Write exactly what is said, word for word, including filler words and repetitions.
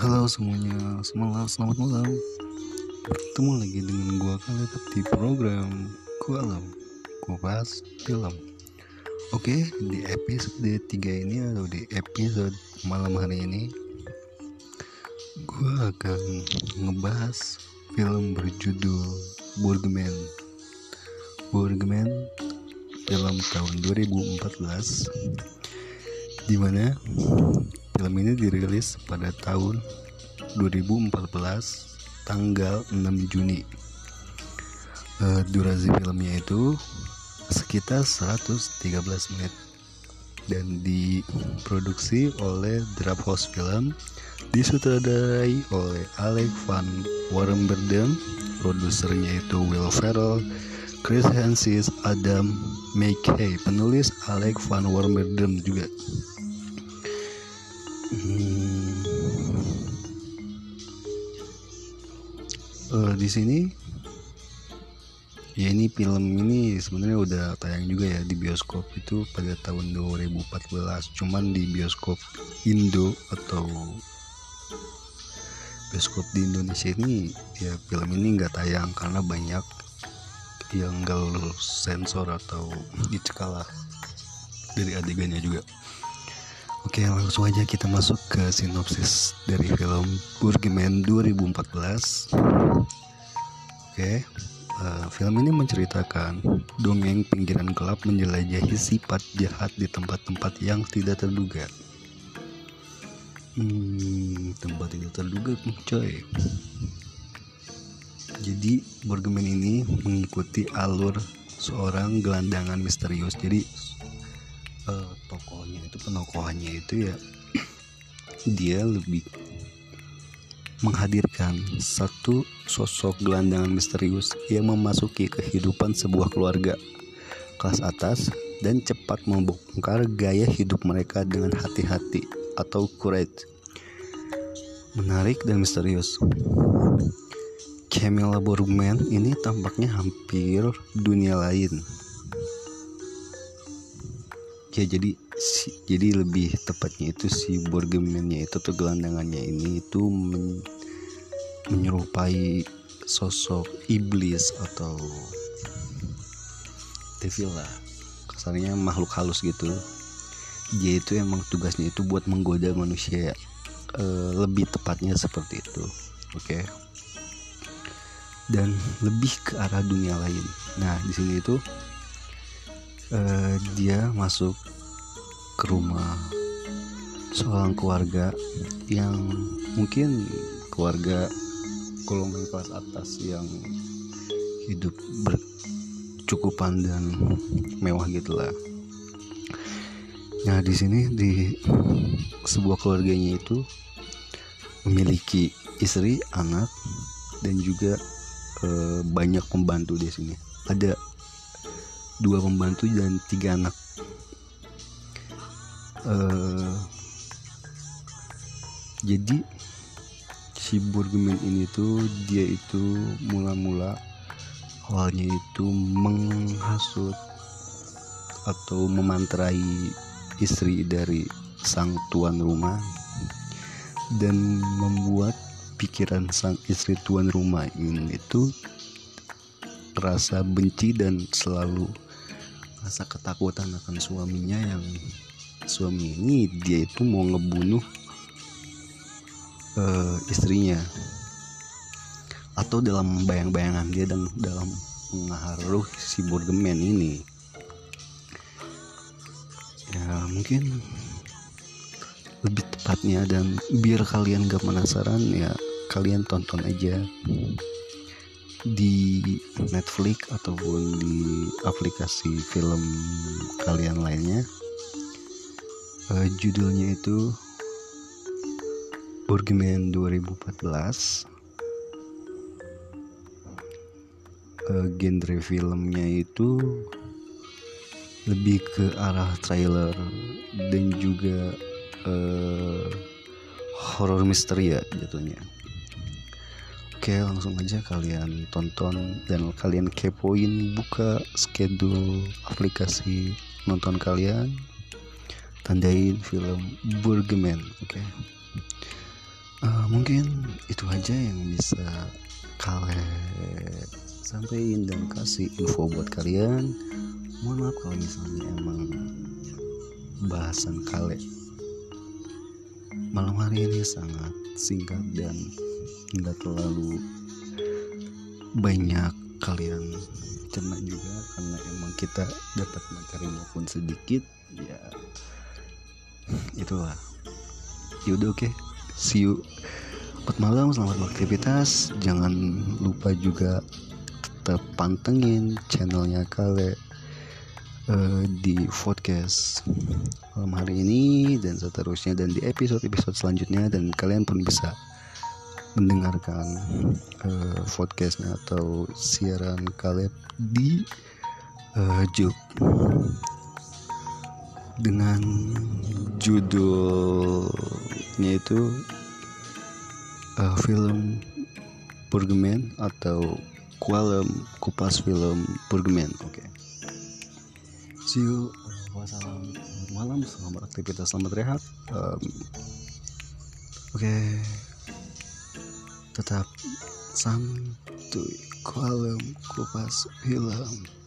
Halo semuanya, selamat, selamat malam. Bertemu lagi dengan gua kali di program Gua Alam, gua bahas film. Oke, di episode tiga ini atau di episode malam hari ini gua akan ngebahas film berjudul Birdman. Birdman, film tahun dua ribu empat belas, dimana film ini dirilis pada tahun dua ribu empat belas tanggal enam Juni. E, durasi filmnya itu sekitar seratus tiga belas menit dan diproduksi oleh Draphouse Film, disutradarai oleh Alec Van Warmerdam, produsernya itu Will Ferrell, Chris Hansis, Adam McKay, penulis Alec Van Warmerdam juga. Hmm. Uh, di sini ya ini film ini sebenarnya udah tayang juga ya di bioskop itu pada tahun dua ribu empat belas, cuman di bioskop Indo atau bioskop di Indonesia ini ya film ini nggak tayang karena banyak yang nggak lulus sensor atau dicekal lah dari adegannya juga. Oke, langsung aja kita masuk ke sinopsis dari film Birdman dua ribu empat belas. Oke, uh, film ini menceritakan dongeng pinggiran gelap menjelajahi sifat jahat di tempat-tempat yang tidak terduga. Hmm, tempat tidak terduga, coy. Jadi Birdman ini mengikuti alur seorang gelandangan misterius. Jadi Uh, tokohnya itu penokohannya itu ya dia lebih menghadirkan satu sosok gelandangan misterius yang memasuki kehidupan sebuah keluarga kelas atas dan cepat membongkar gaya hidup mereka dengan hati-hati atau courage. Menarik dan misterius. Camilla Birdman ini tampaknya hampir dunia lain. Ya jadi si, jadi lebih tepatnya itu si Birdman-nya itu tuh gelandangannya ini itu men, menyerupai sosok iblis atau devil lah, kasarnya makhluk halus gitu. Dia itu emang tugasnya itu buat menggoda manusia, e, lebih tepatnya seperti itu. Oke. Okay? Dan lebih ke arah dunia lain. Nah di sini itu Uh, dia masuk ke rumah seorang keluarga yang mungkin keluarga golongan kelas atas yang hidup bercukupan dan mewah gitulah. Nah di sini di sebuah keluarganya itu memiliki istri, anak, dan juga uh, banyak pembantu di sini. Ada dua pembantu dan tiga anak. Uh, jadi si Birdman ini tuh dia itu mula-mula awalnya itu menghasut atau memantrai istri dari sang tuan rumah dan membuat pikiran sang istri tuan rumah ini itu rasa benci dan selalu rasa ketakutan akan suaminya, yang suami ini dia itu mau ngebunuh uh, istrinya, atau dalam bayang-bayangan dia dan dalam mengaruh si Birdman ini. Ya mungkin lebih tepatnya dan biar kalian gak penasaran ya kalian tonton aja di Netflix ataupun di aplikasi film kalian lainnya. Uh, judulnya itu Birdman dua ribu empat belas. Uh, genre filmnya itu lebih ke arah trailer dan juga uh, horror misteri ya jatuhnya. Oke, langsung aja kalian tonton dan kalian kepoin, buka schedule aplikasi nonton kalian, tandain film Birdman. Oke. uh, mungkin itu aja yang bisa kalian sampaikan dan kasih info buat kalian. Mohon maaf kalau misalnya emang bahasan kalian malam hari ini sangat singkat dan nggak terlalu banyak kalian cerna juga, karena emang kita dapat materi maupun sedikit ya itulah. Yaudah, oke, okay. See you. Selamat malam, selamat beraktivitas. Jangan lupa juga tetap pantengin channelnya Kale uh, di podcast malam hari ini dan seterusnya, dan di episode-episode selanjutnya. Dan kalian pun bisa mendengarkan uh, podcastnya atau siaran Kaleb di uh, Juk dengan judulnya itu uh, film Burgerman atau Kualem Kupas Film Burgerman. Oke, okay. See you. Wassalam, selamat malam, selamat aktivitas, selamat rehat. Um, Oke, okay. Tetap santuy, Kualem Kupas Film.